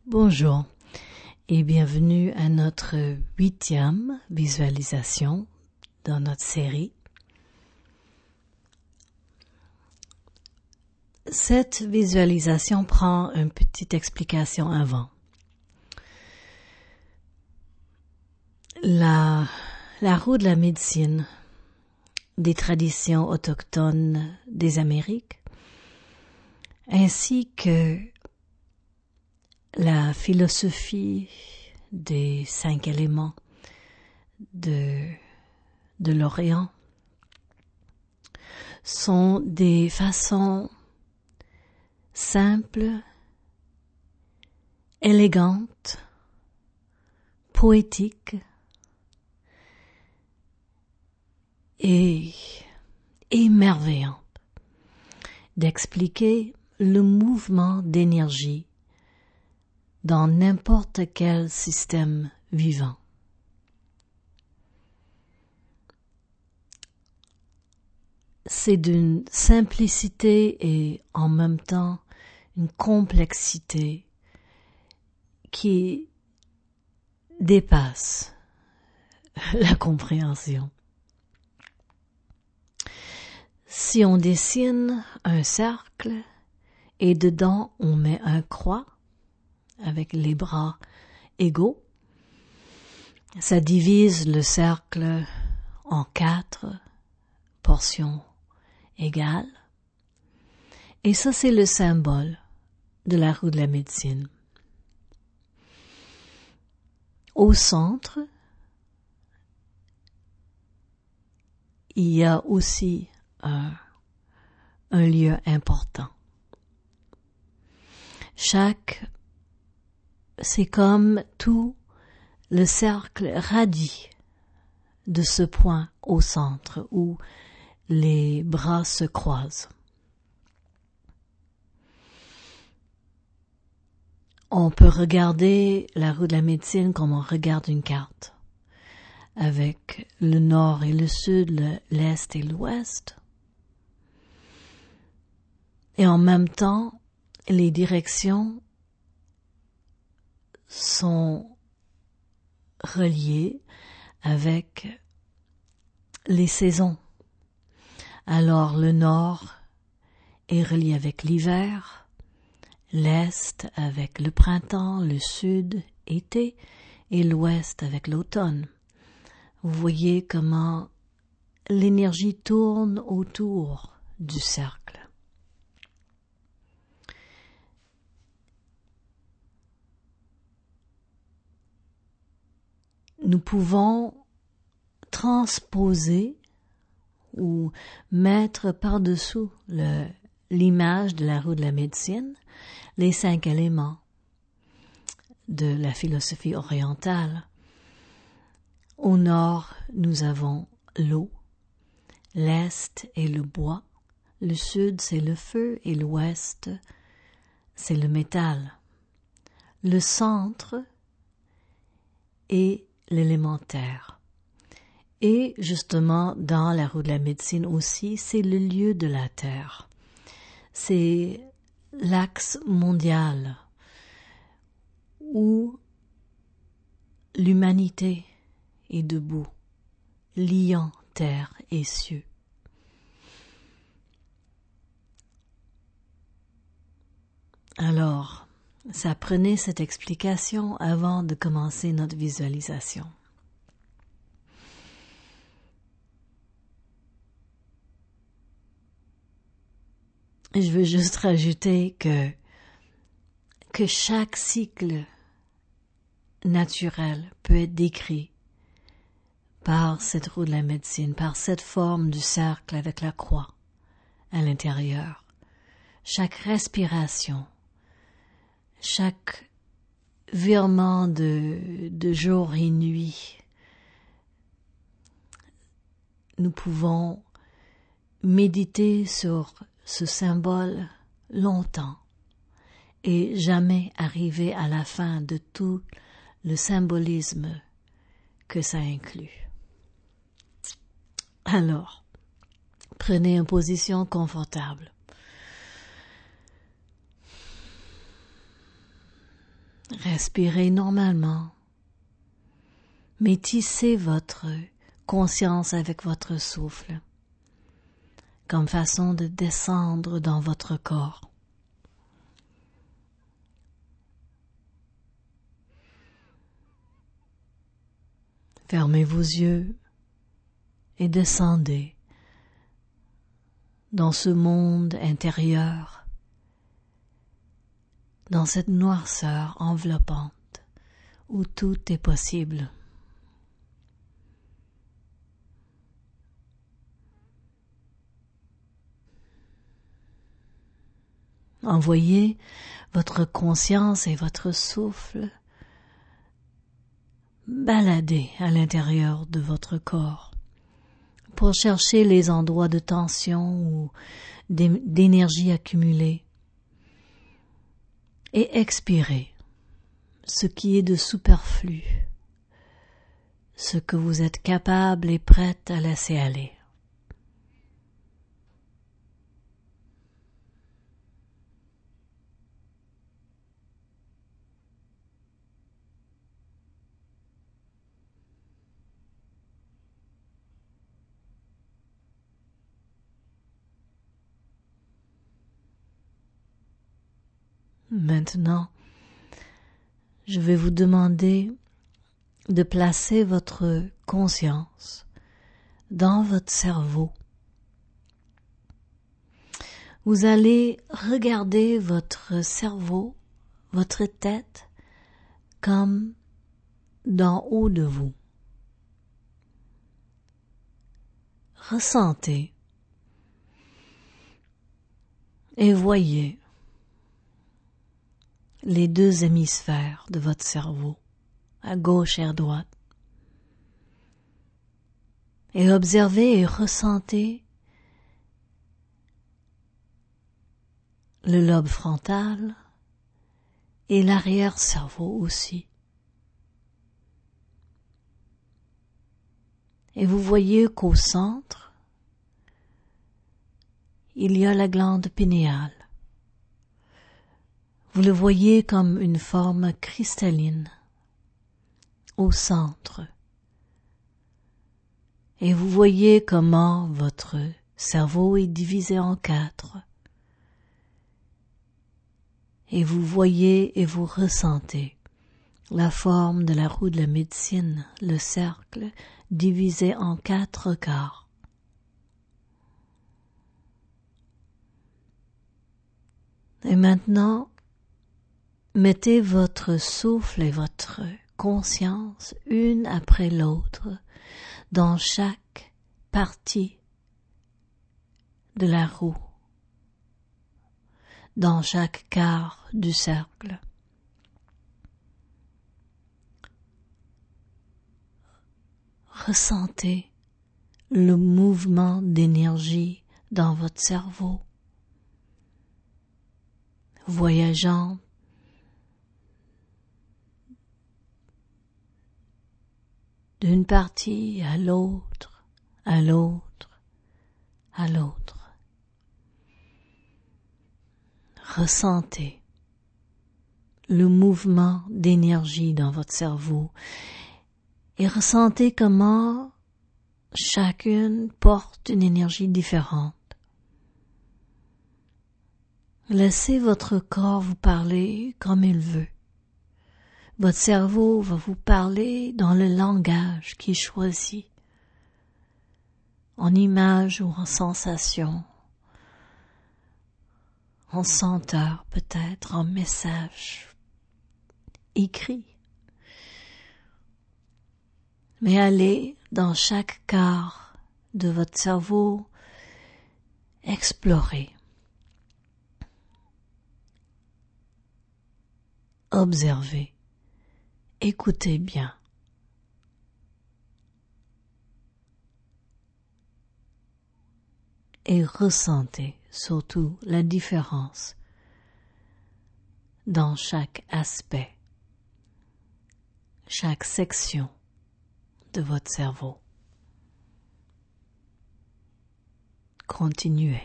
Bonjour et bienvenue à notre 8e visualisation dans notre série. Cette visualisation prend une petite explication avant. La roue de la médecine des traditions autochtones des Amériques ainsi que la philosophie des 5 éléments de l'Orient sont des façons simples, élégantes, poétiques et émerveillantes d'expliquer le mouvement d'énergie dans n'importe quel système vivant. C'est d'une simplicité et en même temps une complexité qui dépasse la compréhension. Si on dessine un cercle et dedans on met un croix avec les bras égaux, ça divise le cercle en 4 portions égales. Et ça, c'est le symbole de la roue de la médecine. Au centre, il y a aussi un lieu important. C'est comme tout le cercle radie de ce point au centre où les bras se croisent. On peut regarder la roue de la médecine comme on regarde une carte, avec le nord et le sud, l'est et l'ouest. Et en même temps, les directions sont reliées avec les saisons. Alors le nord est relié avec l'hiver, l'est avec le printemps, le sud, été, et l'ouest avec l'automne. Vous voyez comment l'énergie tourne autour du cercle. Nous pouvons transposer ou mettre par-dessous l'image de la roue de la médecine les 5 éléments de la philosophie orientale. Au nord, nous avons l'eau, l'est est le bois, le sud c'est le feu et l'ouest c'est le métal. Le centre est l'élémentaire. Et justement, dans la roue de la médecine aussi, c'est le lieu de la Terre. C'est l'axe mondial où l'humanité est debout, liant terre et cieux. Alors, ça prenait cette explication avant de commencer notre visualisation. Je veux juste rajouter que chaque cycle naturel peut être décrit par cette roue de la médecine, par cette forme du cercle avec la croix à l'intérieur. Chaque respiration, chaque virement de jour et nuit, nous pouvons méditer sur ce symbole longtemps et jamais arriver à la fin de tout le symbolisme que ça inclut. Alors, prenez une position confortable. Respirez normalement. Métissez votre conscience avec votre souffle, comme façon de descendre dans votre corps. Fermez vos yeux et descendez dans ce monde intérieur, dans cette noirceur enveloppante où tout est possible. Envoyez votre conscience et votre souffle balader à l'intérieur de votre corps pour chercher les endroits de tension ou d'énergie accumulée et expirez ce qui est de superflu, ce que vous êtes capable et prête à laisser aller. Maintenant, je vais vous demander de placer votre conscience dans votre cerveau. Vous allez regarder votre cerveau, votre tête, comme d'en haut de vous. Ressentez et voyez les deux hémisphères de votre cerveau, à gauche et à droite. Et observez et ressentez le lobe frontal et l'arrière-cerveau aussi. Et vous voyez qu'au centre, il y a la glande pinéale. Vous le voyez comme une forme cristalline au centre. Et vous voyez comment votre cerveau est divisé en 4. Et vous voyez et vous ressentez la forme de la roue de la médecine, le cercle, divisé en 4 quarts. Et maintenant, mettez votre souffle et votre conscience une après l'autre dans chaque partie de la roue, dans chaque quart du cercle. Ressentez le mouvement d'énergie dans votre cerveau, voyageant d'une partie à l'autre, à l'autre, à l'autre. Ressentez le mouvement d'énergie dans votre cerveau et ressentez comment chacune porte une énergie différente. Laissez votre corps vous parler comme il veut. Votre cerveau va vous parler dans le langage qu'il choisit, en images ou en sensations, en senteur peut-être, en message écrit. Mais allez dans chaque quart de votre cerveau explorer. Observez. Écoutez bien. Et ressentez surtout la différence dans chaque aspect, chaque section de votre cerveau. Continuez.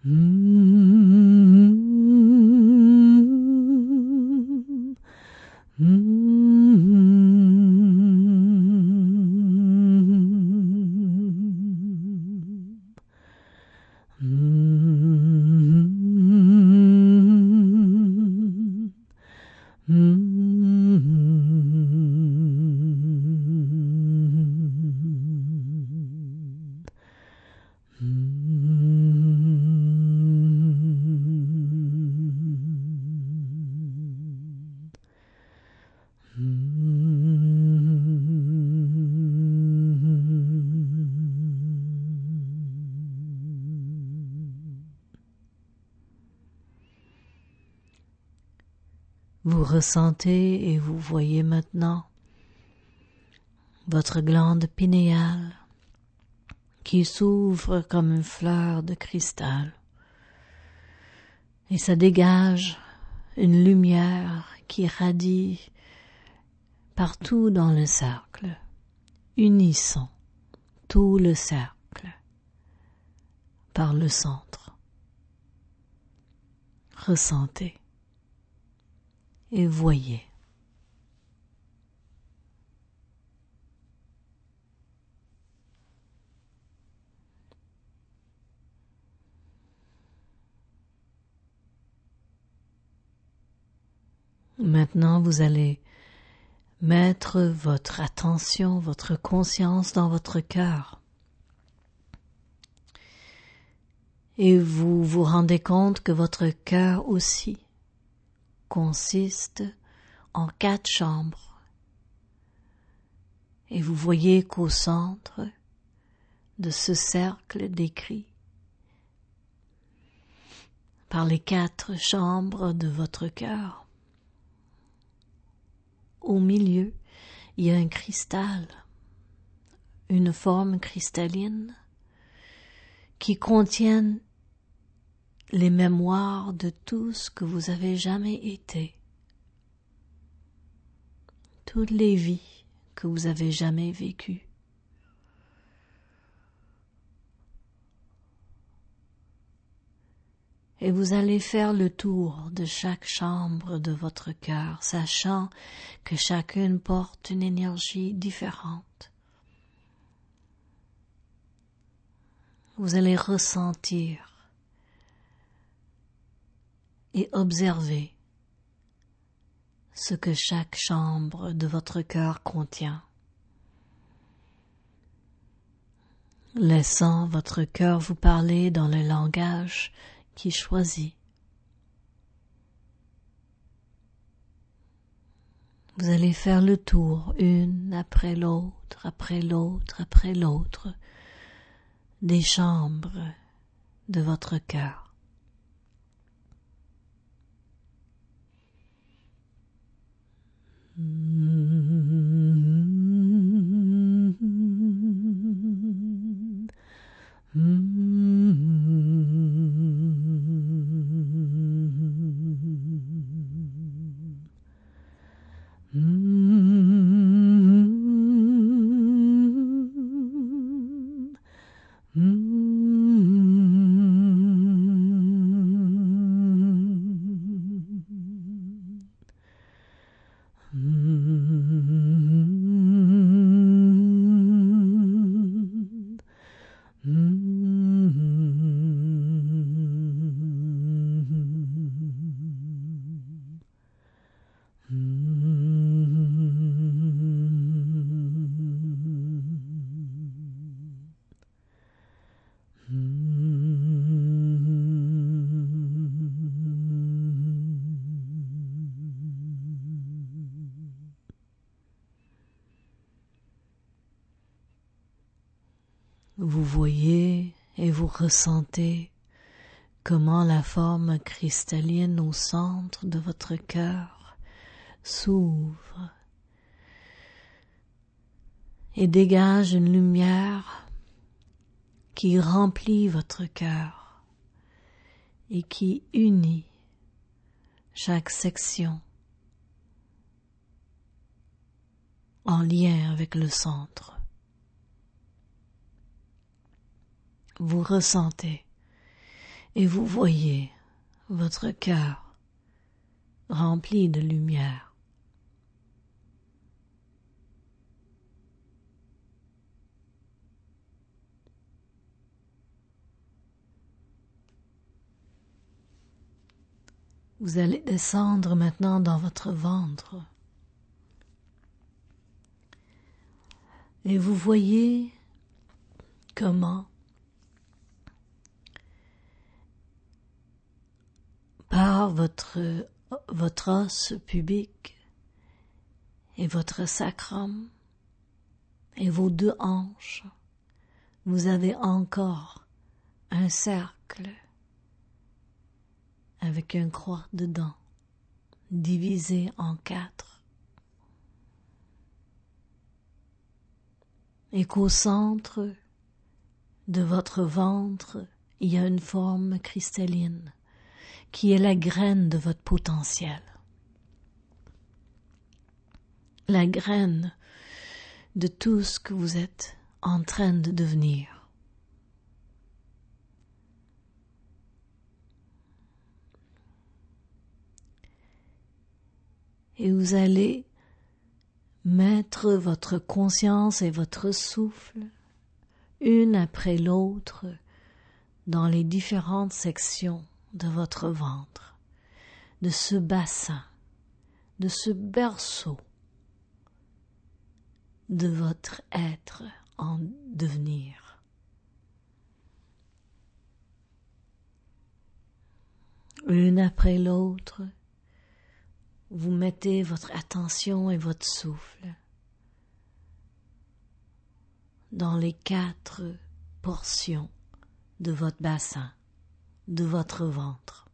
Vous ressentez et vous voyez maintenant votre glande pinéale qui s'ouvre comme une fleur de cristal et ça dégage une lumière qui radie partout dans le cercle, unissant tout le cercle par le centre. Ressentez et voyez. Maintenant, vous allez mettre votre attention, votre conscience dans votre cœur. Et vous vous rendez compte que votre cœur aussi consiste en 4 chambres. Et vous voyez qu'au centre de ce cercle décrit par les 4 chambres de votre cœur, au milieu, il y a un cristal, une forme cristalline qui contient les mémoires de tout ce que vous avez jamais été, toutes les vies que vous avez jamais vécues. Et vous allez faire le tour de chaque chambre de votre cœur, sachant que chacune porte une énergie différente. Vous allez ressentir et observer ce que chaque chambre de votre cœur contient, laissant votre cœur vous parler dans le langage qui choisit. Vous allez faire le tour, une après l'autre, après l'autre, après l'autre, des chambres de votre cœur. Vous voyez et vous ressentez comment la forme cristalline au centre de votre cœur s'ouvre et dégage une lumière qui remplit votre cœur et qui unit chaque section en lien avec le centre. Vous ressentez et vous voyez votre cœur rempli de lumière. Vous allez descendre maintenant dans votre ventre et vous voyez comment par votre os pubique et votre sacrum et vos 2 hanches, vous avez encore un cercle avec une croix dedans, divisé en 4. Et qu'au centre de votre ventre, il y a une forme cristalline qui est la graine de votre potentiel. La graine de tout ce que vous êtes en train de devenir. Et vous allez mettre votre conscience et votre souffle, une après l'autre, dans les différentes sections de votre ventre, de ce bassin, de ce berceau de votre être en devenir. Une après l'autre, vous mettez votre attention et votre souffle dans les 4 portions de votre bassin, de votre ventre.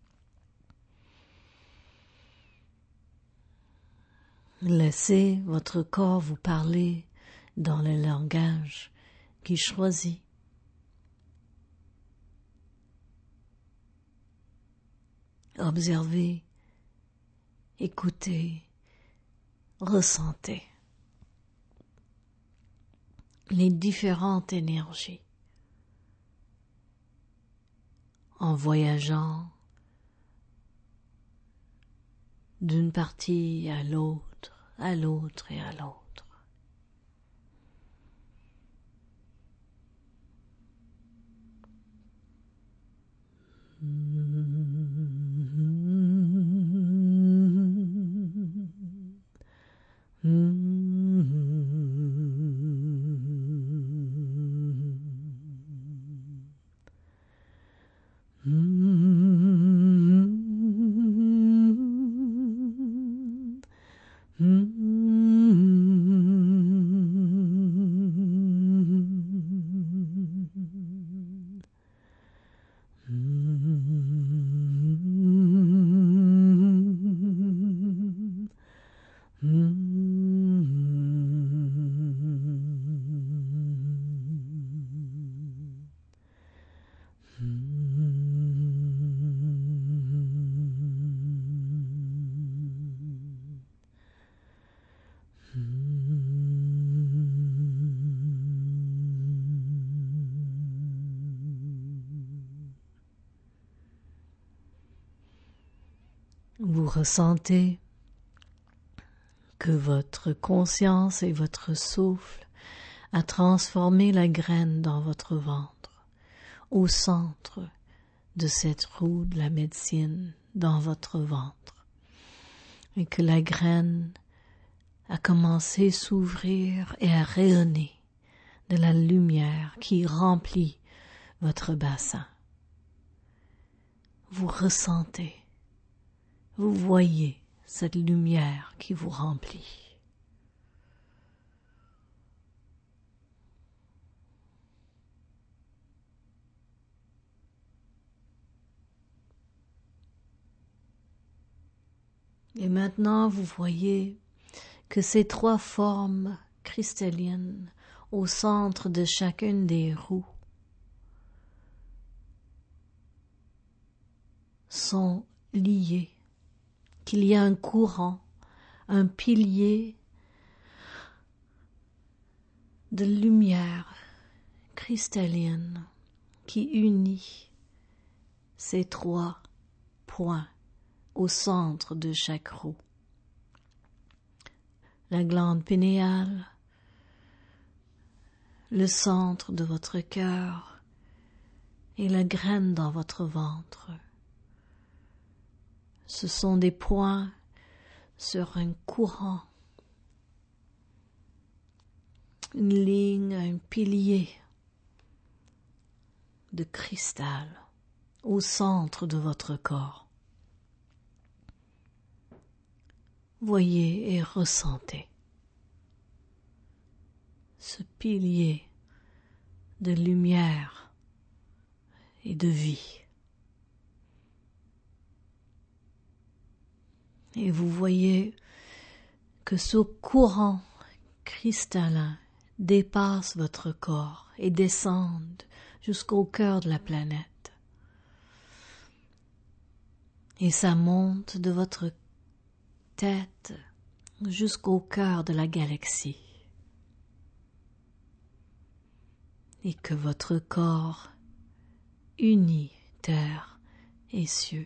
Laissez votre corps vous parler dans le langage qu'il choisit. Observez, écoutez, ressentez les différentes énergies en voyageant d'une partie à l'autre et à l'autre. Vous ressentez que votre conscience et votre souffle a transformé la graine dans votre ventre, au centre de cette roue de la médecine dans votre ventre, et que la graine a commencé à s'ouvrir et à rayonner de la lumière qui remplit votre bassin. Vous ressentez, vous voyez cette lumière qui vous remplit. Et maintenant, vous voyez que ces 3 formes cristallines au centre de chacune des roues sont liées, qu'il y a un courant, un pilier de lumière cristalline qui unit ces 3 points au centre de chaque roue. La glande pinéale, le centre de votre cœur et la graine dans votre ventre. Ce sont des points sur un courant, une ligne, un pilier de cristal au centre de votre corps. Voyez et ressentez ce pilier de lumière et de vie. Et vous voyez que ce courant cristallin dépasse votre corps et descend jusqu'au cœur de la planète. Et ça monte de votre tête jusqu'au cœur de la galaxie. Et que votre corps unit terre et cieux.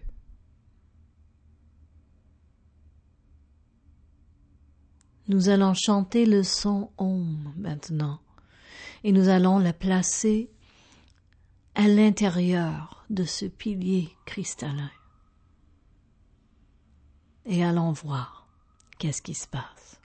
Nous allons chanter le son Om maintenant et nous allons la placer à l'intérieur de ce pilier cristallin. Et allons voir qu'est-ce qui se passe.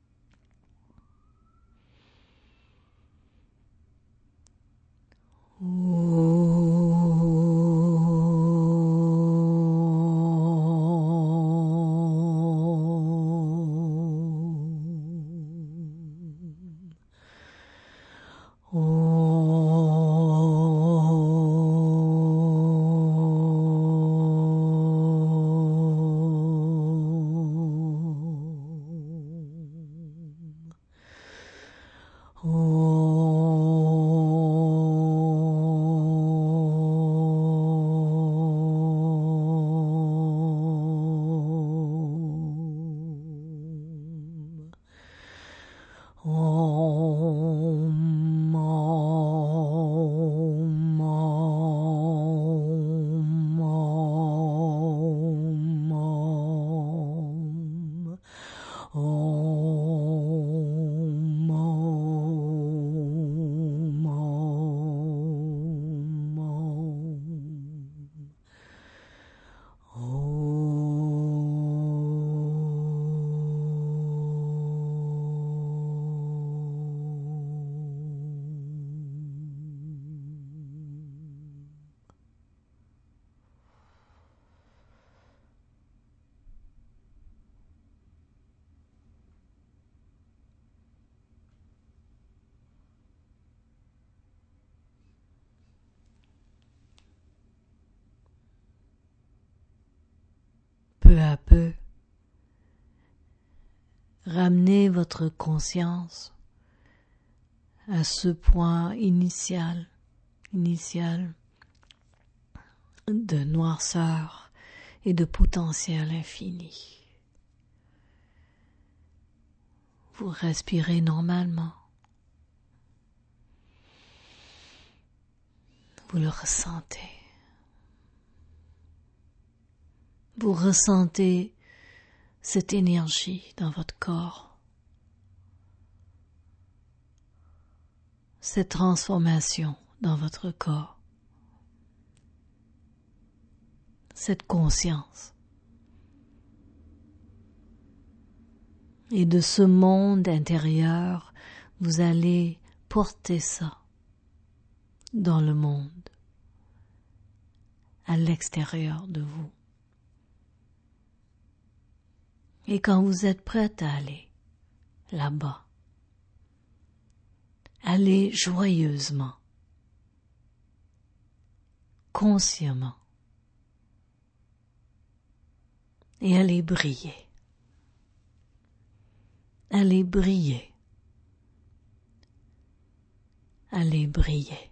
Peu à peu, ramenez votre conscience à ce point initial de noirceur et de potentiel infini. Vous respirez normalement. Vous le ressentez. Vous ressentez cette énergie dans votre corps, cette transformation dans votre corps, cette conscience. Et de ce monde intérieur, vous allez porter ça dans le monde, à l'extérieur de vous. Et quand vous êtes prête à aller là-bas, allez joyeusement, consciemment, et allez briller. Allez briller. Allez briller.